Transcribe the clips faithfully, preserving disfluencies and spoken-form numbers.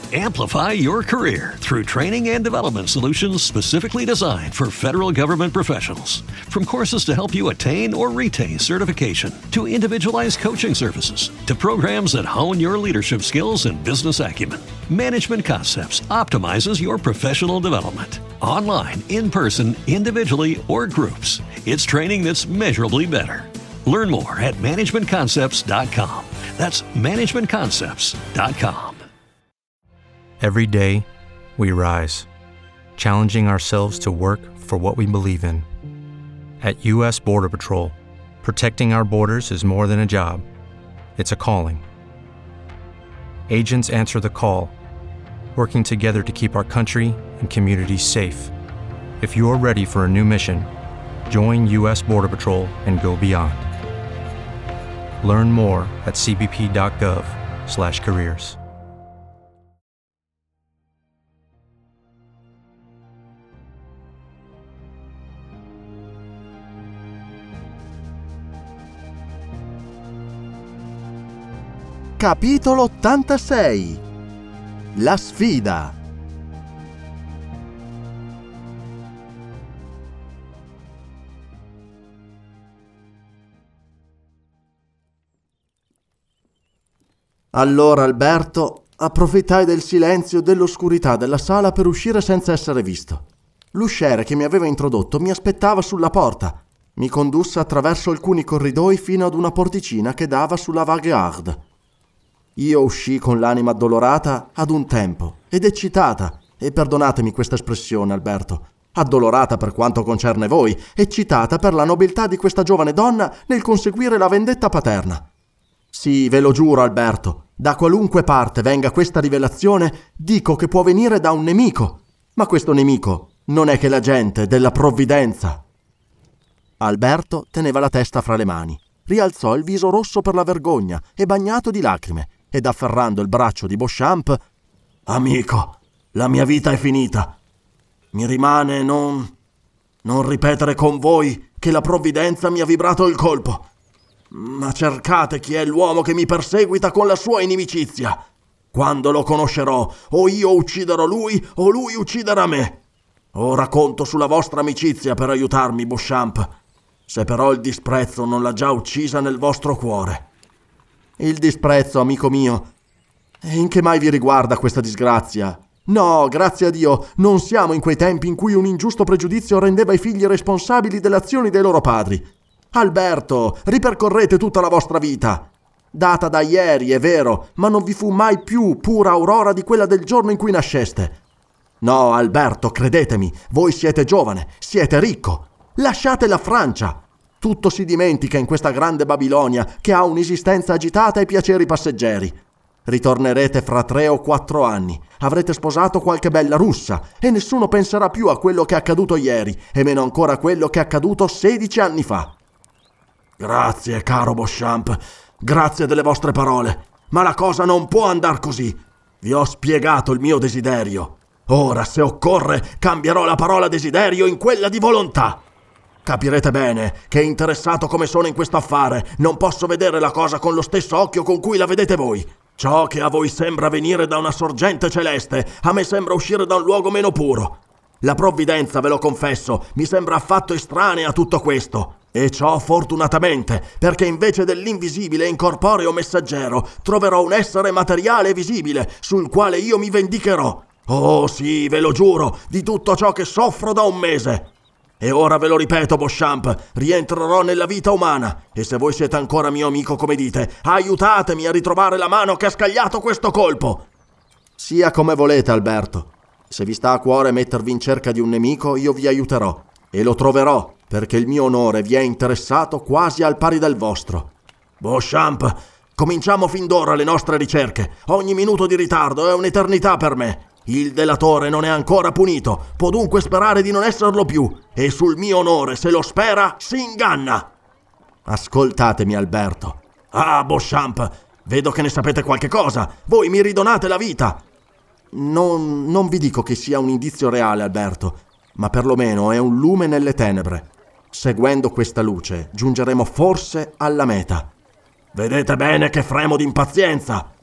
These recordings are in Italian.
Amplify your career through training and development solutions specifically designed for federal government professionals. From courses to help you attain or retain certification, to individualized coaching services, to programs that hone your leadership skills and business acumen, Management Concepts optimizes your professional development. Online, in person, individually, or groups, it's training that's measurably better. Learn more at management concepts dot com. That's management concepts dot com. Every day, we rise, challenging ourselves to work for what we believe in. At U S Border Patrol, protecting our borders is more than a job. It's a calling. Agents answer the call, working together to keep our country and communities safe. If you're ready for a new mission, join U S Border Patrol and go beyond. Learn more at c b p dot gov slash careers. Capitolo ottantasei. La sfida. Allora, Alberto, approfittai del silenzio e dell'oscurità della sala per uscire senza essere visto. L'usciere che mi aveva introdotto mi aspettava sulla porta. Mi condusse attraverso alcuni corridoi fino ad una porticina che dava sulla Vagueharde. Io uscii con l'anima addolorata ad un tempo ed eccitata, e perdonatemi questa espressione, Alberto, addolorata per quanto concerne voi, eccitata per la nobiltà di questa giovane donna nel conseguire la vendetta paterna. Sì, ve lo giuro, Alberto, da qualunque parte venga questa rivelazione, dico che può venire da un nemico, ma questo nemico non è che la gente della provvidenza. Alberto teneva la testa fra le mani, rialzò il viso rosso per la vergogna e bagnato di lacrime, ed afferrando il braccio di Beauchamp: «Amico, la mia vita è finita. Mi rimane non... non ripetere con voi che la provvidenza mi ha vibrato il colpo. Ma cercate chi è l'uomo che mi perseguita con la sua inimicizia. Quando lo conoscerò, o io ucciderò lui, o lui ucciderà me. Ora conto sulla vostra amicizia per aiutarmi, Beauchamp, se però il disprezzo non l'ha già uccisa nel vostro cuore». «Il disprezzo, amico mio? E in che mai vi riguarda questa disgrazia? No, grazie a Dio, non siamo in quei tempi in cui un ingiusto pregiudizio rendeva i figli responsabili delle azioni dei loro padri. Alberto, ripercorrete tutta la vostra vita. Data da ieri, è vero, ma non vi fu mai più pura aurora di quella del giorno in cui nasceste. No, Alberto, credetemi, voi siete giovane, siete ricco. Lasciate la Francia. Tutto si dimentica in questa grande Babilonia che ha un'esistenza agitata e piaceri passeggeri. Ritornerete fra tre o quattro anni, avrete sposato qualche bella russa e nessuno penserà più a quello che è accaduto ieri e meno ancora a quello che è accaduto sedici anni fa». «Grazie, caro Beauchamp, grazie delle vostre parole, ma la cosa non può andar così. Vi ho spiegato il mio desiderio. Ora, se occorre, cambierò la parola desiderio in quella di volontà. Capirete bene che, interessato come sono in questo affare, non posso vedere la cosa con lo stesso occhio con cui la vedete voi. Ciò che a voi sembra venire da una sorgente celeste, a me sembra uscire da un luogo meno puro. La provvidenza, ve lo confesso, mi sembra affatto estranea a tutto questo. E ciò fortunatamente, perché invece dell'invisibile e incorporeo messaggero troverò un essere materiale e visibile, sul quale io mi vendicherò. Oh sì, ve lo giuro, di tutto ciò che soffro da un mese. E ora ve lo ripeto, Beauchamp, rientrerò nella vita umana, e se voi siete ancora mio amico come dite, aiutatemi a ritrovare la mano che ha scagliato questo colpo». «Sia come volete, Alberto. Se vi sta a cuore mettervi in cerca di un nemico, io vi aiuterò, e lo troverò, perché il mio onore vi è interessato quasi al pari del vostro. Beauchamp, cominciamo fin d'ora le nostre ricerche. Ogni minuto di ritardo è un'eternità per me. Il delatore non è ancora punito, può dunque sperare di non esserlo più, e sul mio onore, se lo spera, si inganna». «Ascoltatemi, Alberto». «Ah, Beauchamp, vedo che ne sapete qualche cosa. Voi mi ridonate la vita». Non, non vi dico che sia un indizio reale, Alberto, ma perlomeno è un lume nelle tenebre. Seguendo questa luce, giungeremo forse alla meta». «Vedete bene che fremo d'impazienza».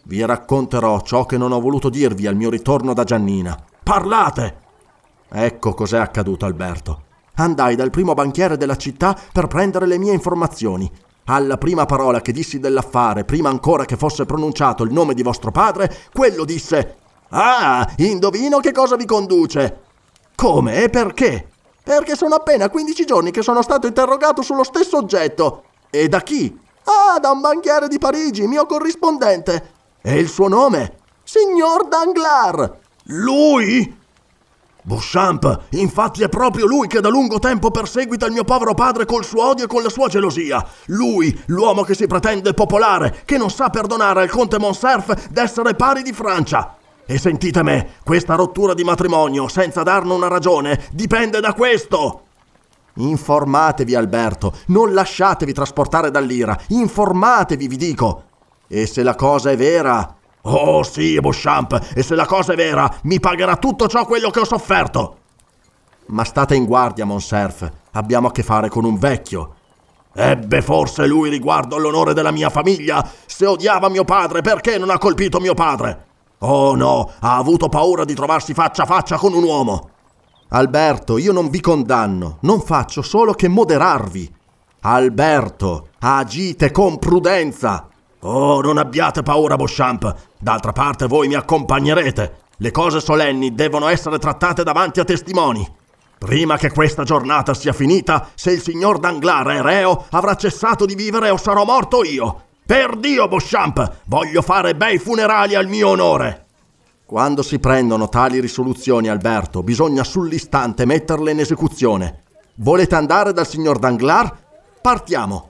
Vi racconterò ciò che non ho voluto dirvi al mio ritorno da Giannina. Parlate! Ecco cos'è accaduto, Alberto. Andai dal primo banchiere della città per prendere le mie informazioni. Alla prima parola che dissi dell'affare, prima ancora che fosse pronunciato il nome di vostro padre, quello disse: «Ah, indovino che cosa vi conduce!» «Come e perché?» «Perché sono appena quindici giorni che sono stato interrogato sullo stesso oggetto». «E da chi?» «Ah, da un banchiere di Parigi, mio corrispondente». «E il suo nome?» «Signor Danglars». «Lui?» «Beauchamp, infatti è proprio lui che da lungo tempo perseguita il mio povero padre col suo odio e con la sua gelosia. Lui, l'uomo che si pretende popolare, che non sa perdonare al conte Morcerf d'essere pari di Francia. E sentite me, questa rottura di matrimonio, senza darne una ragione, dipende da questo!» «Informatevi, Alberto, non lasciatevi trasportare dall'ira, informatevi, vi dico. E se la cosa è vera...» «Oh sì, Beauchamp, e se la cosa è vera, mi pagherà tutto ciò quello che ho sofferto!» «Ma state in guardia, Morcerf, abbiamo a che fare con un vecchio. Ebbe forse lui riguardo all'onore della mia famiglia? Se odiava mio padre, perché non ha colpito mio padre? Oh no, ha avuto paura di trovarsi faccia a faccia con un uomo!» «Alberto, io non vi condanno, non faccio solo che moderarvi. Alberto, agite con prudenza!» «Oh, non abbiate paura, Beauchamp. D'altra parte voi mi accompagnerete. Le cose solenni devono essere trattate davanti a testimoni. Prima che questa giornata sia finita, se il signor Danglars è reo, avrà cessato di vivere o sarò morto io. Per Dio, Beauchamp, voglio fare bei funerali al mio onore!» «Quando si prendono tali risoluzioni, Alberto, bisogna sull'istante metterle in esecuzione. Volete andare dal signor Danglars? Partiamo!»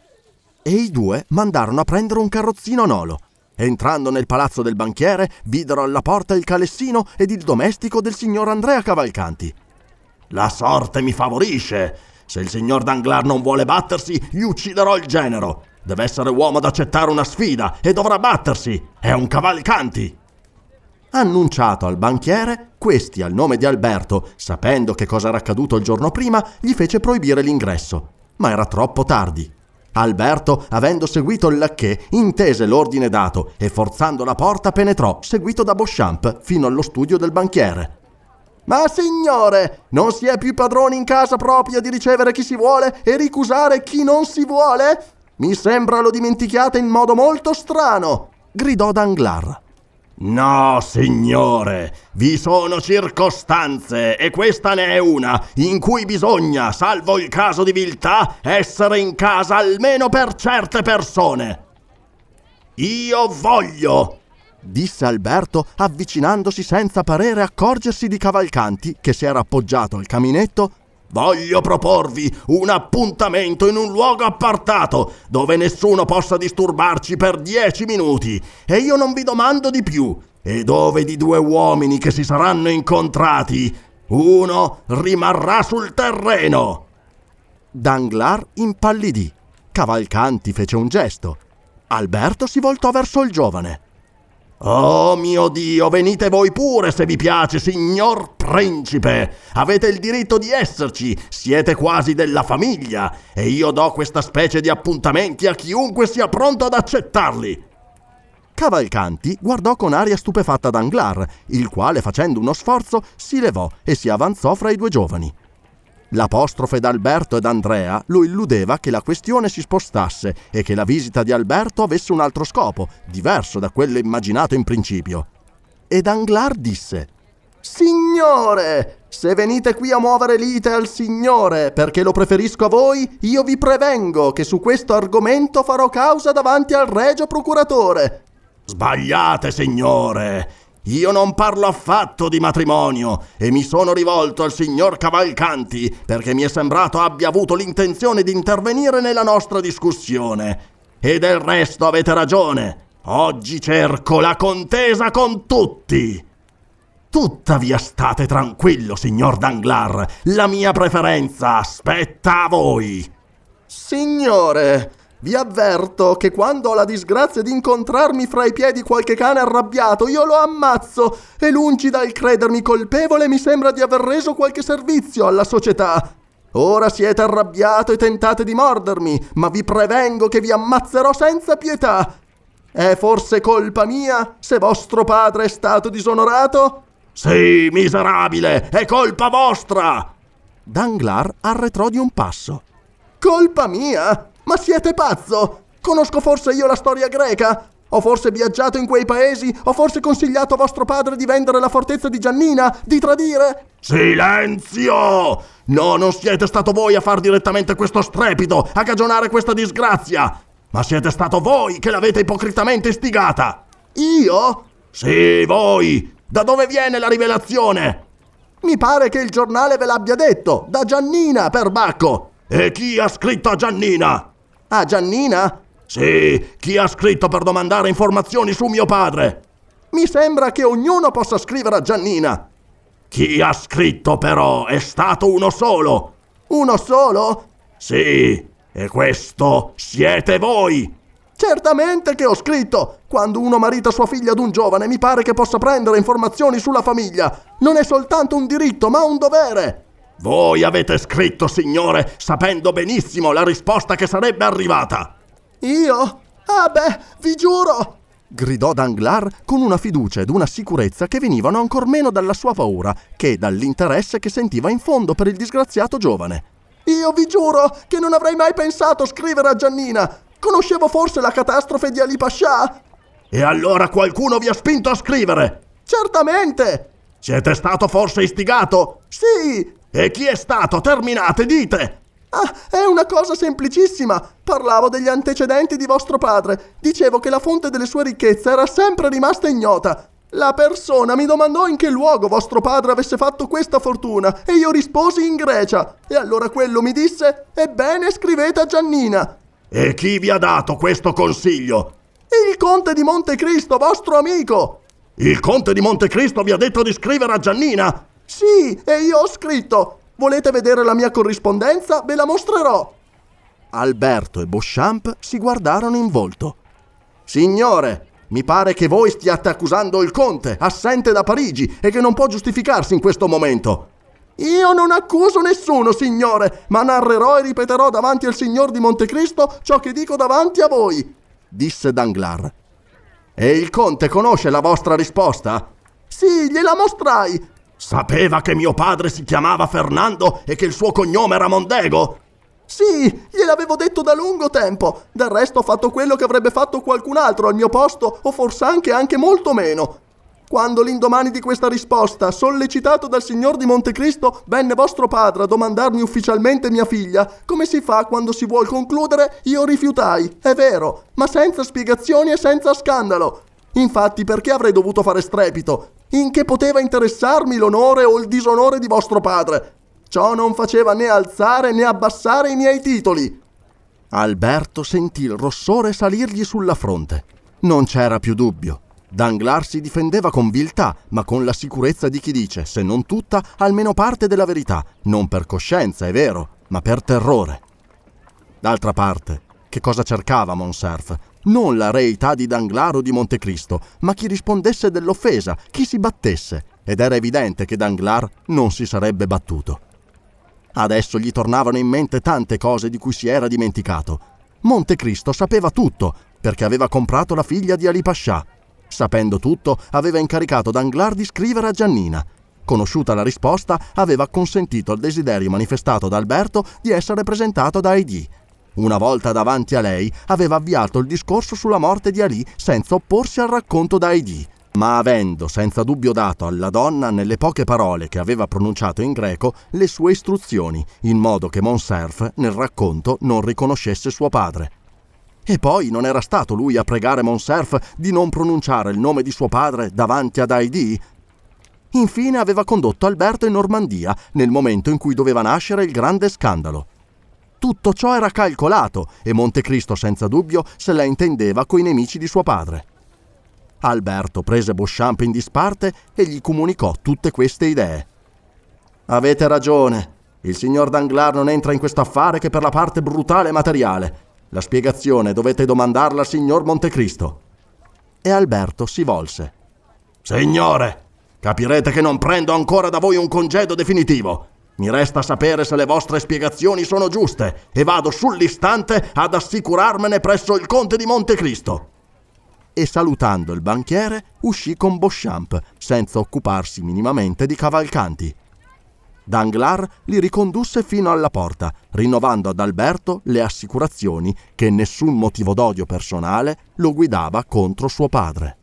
E i due mandarono a prendere un carrozzino nolo. Entrando nel palazzo del banchiere, videro alla porta il calessino ed il domestico del signor Andrea Cavalcanti. «La sorte mi favorisce. Se il signor Danglars non vuole battersi, gli ucciderò il genero. Deve essere uomo ad accettare una sfida e dovrà battersi. È un Cavalcanti!» Annunciato al banchiere, questi, al nome di Alberto, sapendo che cosa era accaduto il giorno prima, gli fece proibire l'ingresso. Ma era troppo tardi. Alberto, avendo seguito il lacchè, intese l'ordine dato e forzando la porta penetrò, seguito da Beauchamp, fino allo studio del banchiere. «Ma signore, non si è più padroni in casa propria di ricevere chi si vuole e ricusare chi non si vuole? Mi sembra lo dimentichiate in modo molto strano!» gridò Danglars. «No, signore, vi sono circostanze, e questa ne è una, in cui bisogna, salvo il caso di viltà, essere in casa almeno per certe persone. Io voglio!» disse Alberto, avvicinandosi senza parere accorgersi di Cavalcanti, che si era appoggiato al caminetto. «Voglio proporvi un appuntamento in un luogo appartato, dove nessuno possa disturbarci per dieci minuti, e io non vi domando di più, e dove di due uomini che si saranno incontrati, uno rimarrà sul terreno!» Danglars impallidì. Cavalcanti fece un gesto. Alberto si voltò verso il giovane. «Oh mio Dio, venite voi pure se vi piace, signor principe! Avete il diritto di esserci, siete quasi della famiglia, e io do questa specie di appuntamenti a chiunque sia pronto ad accettarli!» Cavalcanti guardò con aria stupefatta Danglars, il quale, facendo uno sforzo, si levò e si avanzò fra i due giovani. L'apostrofe d'Alberto ed Andrea lo illudeva che la questione si spostasse e che la visita di Alberto avesse un altro scopo, diverso da quello immaginato in principio. E Danglars disse: «Signore, se venite qui a muovere lite al signore perché lo preferisco a voi, io vi prevengo che su questo argomento farò causa davanti al regio procuratore». «Sbagliate, signore! Io non parlo affatto di matrimonio e mi sono rivolto al signor Cavalcanti perché mi è sembrato abbia avuto l'intenzione di intervenire nella nostra discussione. E del resto avete ragione. Oggi cerco la contesa con tutti. Tuttavia state tranquillo, signor Danglars. La mia preferenza spetta a voi». «Signore, vi avverto che quando ho la disgrazia di incontrarmi fra i piedi qualche cane arrabbiato, io lo ammazzo, e lungi dal credermi colpevole mi sembra di aver reso qualche servizio alla società. Ora siete arrabbiato e tentate di mordermi, ma vi prevengo che vi ammazzerò senza pietà». È forse colpa mia se vostro padre è stato disonorato? Sì, miserabile, è colpa vostra! Danglars arretrò di un passo. Colpa mia? Ma siete pazzo? Conosco forse io la storia greca? Ho forse viaggiato in quei paesi? Ho forse consigliato a vostro padre di vendere la fortezza di Giannina? Di tradire? Silenzio! No, non siete stato voi a far direttamente questo strepito, a cagionare questa disgrazia! Ma siete stato voi che l'avete ipocritamente istigata! Io? Sì, voi! Da dove viene la rivelazione? Mi pare che il giornale ve l'abbia detto, da Giannina, perbacco! E chi ha scritto a Giannina? A Giannina? Sì, chi ha scritto per domandare informazioni su mio padre? Mi sembra che ognuno possa scrivere a Giannina. Chi ha scritto però è stato uno solo. Uno solo? Sì, e questo siete voi. Certamente che ho scritto. Quando uno marita sua figlia ad un giovane, mi pare che possa prendere informazioni sulla famiglia. Non è soltanto un diritto, ma un dovere. Voi avete scritto, signore, sapendo benissimo la risposta che sarebbe arrivata. Io? Ah beh, vi giuro! Gridò Danglars con una fiducia ed una sicurezza che venivano ancor meno dalla sua paura che dall'interesse che sentiva in fondo per il disgraziato giovane. Io vi giuro che non avrei mai pensato scrivere a Giannina. Conoscevo forse la catastrofe di Ali Pascià? E allora qualcuno vi ha spinto a scrivere? Certamente! Siete stato forse istigato? Sì! E chi è stato? Terminate, dite! Ah, è una cosa semplicissima. Parlavo degli antecedenti di vostro padre. Dicevo che la fonte delle sue ricchezze era sempre rimasta ignota. La persona mi domandò in che luogo vostro padre avesse fatto questa fortuna e io risposi in Grecia. E allora quello mi disse: ebbene, scrivete a Giannina. E chi vi ha dato questo consiglio? Il conte di Montecristo, vostro amico. Il conte di Montecristo vi ha detto di scrivere a Giannina? Sì, e io ho scritto. Volete vedere la mia corrispondenza? Ve la mostrerò. Alberto e Beauchamp si guardarono in volto. Signore, mi pare che voi stiate accusando il conte, assente da Parigi, e che non può giustificarsi in questo momento. Io non accuso nessuno, signore, ma narrerò e ripeterò davanti al signor di Montecristo ciò che dico davanti a voi, disse Danglars. E il conte conosce la vostra risposta? Sì, gliela mostrai. Sapeva che mio padre si chiamava Fernando e che il suo cognome era Mondego? Sì, gliel'avevo detto da lungo tempo. Del resto ho fatto quello che avrebbe fatto qualcun altro al mio posto, o forse anche, anche molto meno. Quando l'indomani di questa risposta, sollecitato dal signor di Montecristo, venne vostro padre a domandarmi ufficialmente mia figlia, come si fa quando si vuol concludere, io rifiutai, è vero, ma senza spiegazioni e senza scandalo. Infatti, perché avrei dovuto fare strepito? In che poteva interessarmi l'onore o il disonore di vostro padre? Ciò non faceva né alzare né abbassare i miei titoli. Alberto sentì il rossore salirgli sulla fronte. Non c'era più dubbio. Danglars si difendeva con viltà, ma con la sicurezza di chi dice, se non tutta, almeno parte della verità, non per coscienza, è vero, ma per terrore. D'altra parte, che cosa cercava Morcerf? Non la reità di Danglars o di Montecristo, ma chi rispondesse dell'offesa, chi si battesse, ed era evidente che Danglars non si sarebbe battuto. Adesso gli tornavano in mente tante cose di cui si era dimenticato. Montecristo sapeva tutto, perché aveva comprato la figlia di Ali Pascià. Sapendo tutto, aveva incaricato Danglars di scrivere a Giannina. Conosciuta la risposta, aveva consentito al desiderio manifestato da Alberto di essere presentato da Haydée. Una volta davanti a lei, aveva avviato il discorso sulla morte di Ali senza opporsi al racconto da Haydée, ma avendo senza dubbio dato alla donna, nelle poche parole che aveva pronunciato in greco, le sue istruzioni, in modo che Morcerf nel racconto non riconoscesse suo padre. E poi non era stato lui a pregare Morcerf di non pronunciare il nome di suo padre davanti ad Haydée? Infine aveva condotto Alberto in Normandia nel momento in cui doveva nascere il grande scandalo. Tutto ciò era calcolato e Montecristo senza dubbio se la intendeva coi nemici di suo padre. Alberto prese Beauchamp in disparte e gli comunicò tutte queste idee. Avete ragione, il signor Danglars non entra in questo affare che per la parte brutale e materiale. La spiegazione dovete domandarla al signor Montecristo. E Alberto si volse. Signore, capirete che non prendo ancora da voi un congedo definitivo. Mi resta sapere se le vostre spiegazioni sono giuste e vado sull'istante ad assicurarmene presso il conte di Montecristo. e, salutando il banchiere, uscì con Beauchamp, senza occuparsi minimamente di Cavalcanti. Danglars li ricondusse fino alla porta, rinnovando ad Alberto le assicurazioni che nessun motivo d'odio personale lo guidava contro suo padre.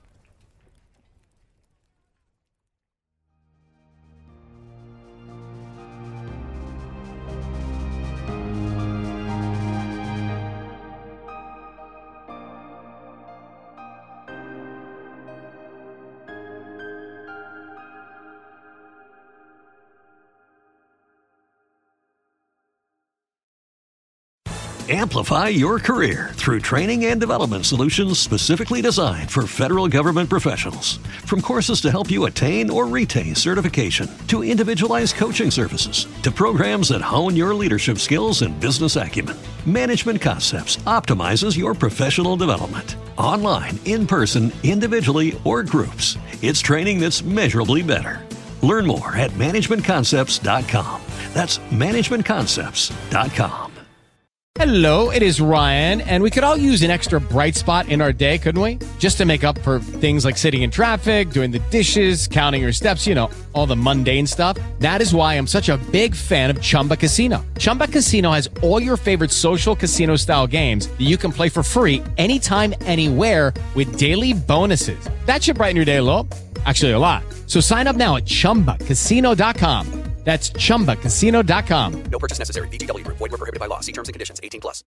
Amplify your career through training and development solutions specifically designed for federal government professionals. From courses to help you attain or retain certification, to individualized coaching services, to programs that hone your leadership skills and business acumen, Management Concepts optimizes your professional development. Online, in person, individually, or groups, it's training that's measurably better. Learn more at management concepts dot com. That's management concepts dot com. Hello, it is Ryan, and we could all use an extra bright spot in our day, couldn't we? Just to make up for things like sitting in traffic, doing the dishes, counting your steps, you know, all the mundane stuff. That is why I'm such a big fan of Chumba Casino. Chumba Casino has all your favorite social casino-style games that you can play for free anytime, anywhere with daily bonuses. That should brighten your day a little. Actually, a lot. So sign up now at chumba casino dot com. That's chumba casino dot com. No purchase necessary. V G W Group. Void where prohibited by law. See terms and conditions. eighteen plus.